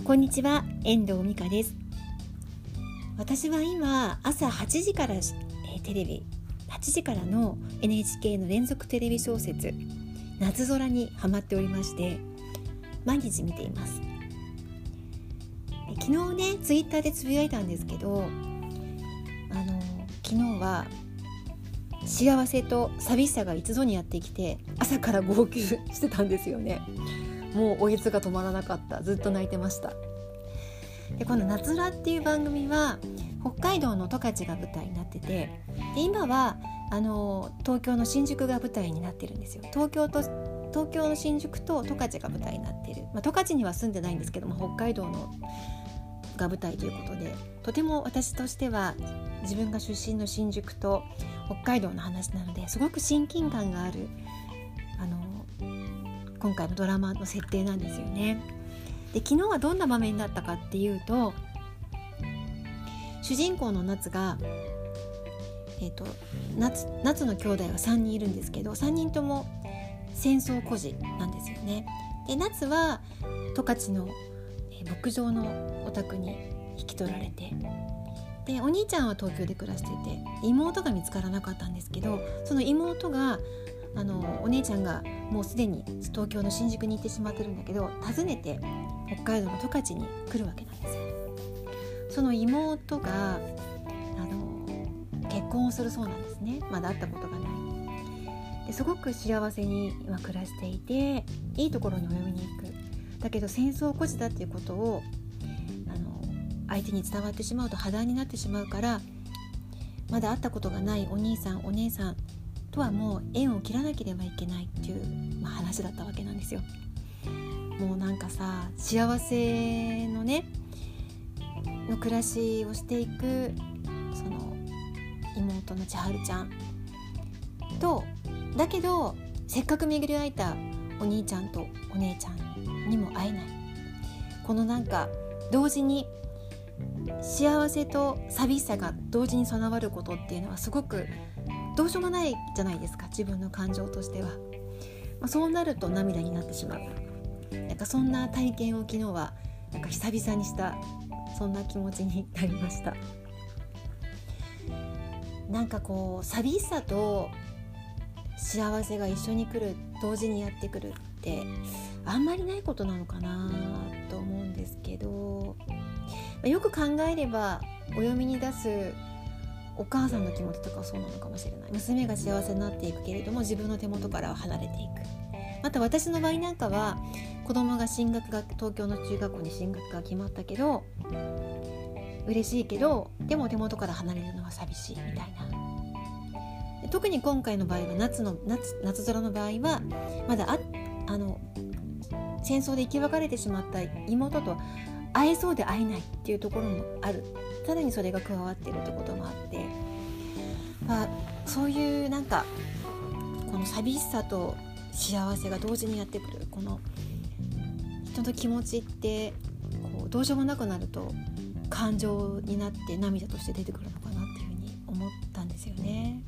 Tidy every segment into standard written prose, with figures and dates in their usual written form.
こんにちは、遠藤美香です。私は今朝8時からテレビ8時からの NHK の連続テレビ小説夏空にハマっておりまして、毎日見ています。昨日ね、ツイッターでつぶやいたんですけど、昨日は幸せと寂しさが一度にやってきて、朝から号泣してたんですよね。もうおえつが止まらなかった。ずっと泣いてました。で、この夏空っていう番組は北海道の十勝が舞台になってて、で今は東京の新宿が舞台になってるんですよ。東京の新宿と十勝が舞台になってる、十勝には住んでないんですけども、北海道のが舞台ということで、とても私としては自分が出身の新宿と北海道の話なので、すごく親近感がある今回のドラマの設定なんですよね。で、昨日はどんな場面だったかっていうと、主人公の夏が、夏の兄弟は3人いるんですけど、3人とも戦争孤児なんですよね。で、夏は十勝の牧場のお宅に引き取られて、でお兄ちゃんは東京で暮らしてて、妹が見つからなかったんですけど、その妹がお姉ちゃんがもうすでに東京の新宿に行ってしまってるんだけど、訪ねて北海道の十勝に来るわけなんですよ。その妹が結婚をするそうなんですね。まだ会ったことがない。ですごく幸せに今暮らしていて、いいところにお嫁に行く。だけど戦争孤児だっていうことを相手に伝わってしまうと破談になってしまうから、まだ会ったことがないお兄さんお姉さんとはもう縁を切らなければいけないっていう、話だったわけなんですよ。もうなんかさ、幸せのねの暮らしをしていくその妹の千春ちゃんと、だけどせっかく巡り会えたお兄ちゃんとお姉ちゃんにも会えない、このなんか同時に幸せと寂しさが同時に備わることっていうのはすごくどうしようもないじゃないですか、自分の感情としては。そうなると涙になってしまう。なんかそんな体験を昨日はなんか久々にした、そんな気持ちになりました。なんかこう寂しさと幸せが一緒に来る、同時にやってくるってあんまりないことなのかなと思うんですけど、よく考えればお嫁に出すお母さんの気持ちとかそうなのかもしれない。娘が幸せになっていくけれども、自分の手元からは離れていく。また私の場合なんかは子供が東京の中学校に進学が決まったけど嬉しいけど、でも手元から離れるのは寂しいみたいな。特に今回の場合は夏空の場合はまだ戦争で生き別れてしまった妹と会えそうで会えないっていうところもある。さらにそれが加わっているってこともあって、そういうなんかこの寂しさと幸せが同時にやってくる、この人の気持ちってこうどうしようもなくなると感情になって涙として出てくるのかなっていうふうに思ったんですよね。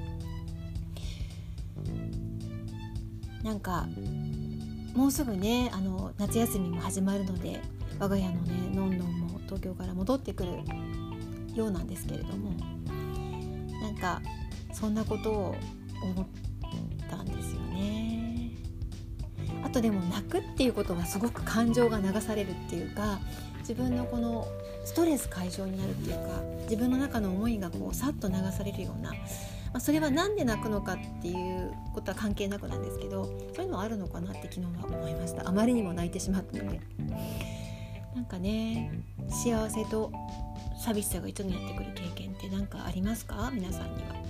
なんかもうすぐね夏休みも始まるので、我が家のねのんのんも東京から戻ってくるようなんですけれども、なんかそんなことを思ったんですよね。あとでも泣くっていうことはすごく感情が流されるっていうか、自分のこのストレス解消になるっていうか、自分の中の思いがこうさっと流されるような、それはなんで泣くのかっていうことは関係なくなんですけど、そういうのはあるのかなって昨日は思いました。あまりにも泣いてしまったので。なんかね、幸せと寂しさが一緒にやってくる経験って何かありますか？皆さんには。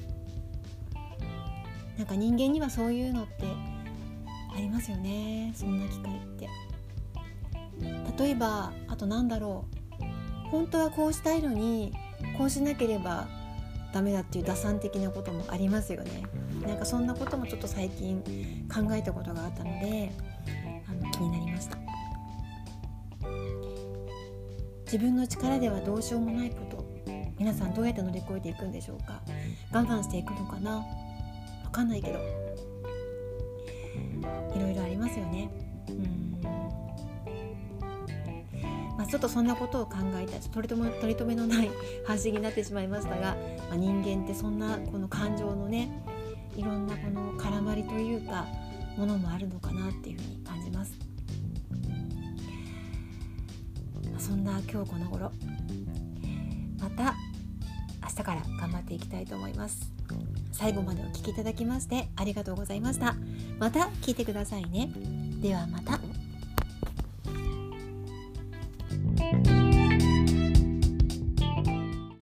なんか人間にはそういうのってありますよね、そんな機会って。例えばあとなんだろう、本当はこうしたいのにこうしなければダメだっていう打算的なこともありますよね。なんかそんなこともちょっと最近考えたことがあったので気になりました。自分の力ではどうしようもないこと、皆さんどうやって乗り越えていくんでしょうか。我慢していくのかな、わかんないけど、いろいろありますよね。 ちょっとそんなことを考えた取り留めのない発信になってしまいましたが、人間ってそんなこの感情のね、いろんなこの絡まりというかものもあるのかなっていうふうに感じます。そんな今日この頃、また明日から頑張っていきたいと思います。最後までお聞きいただきましてありがとうございました。また聞いてくださいね。ではまた。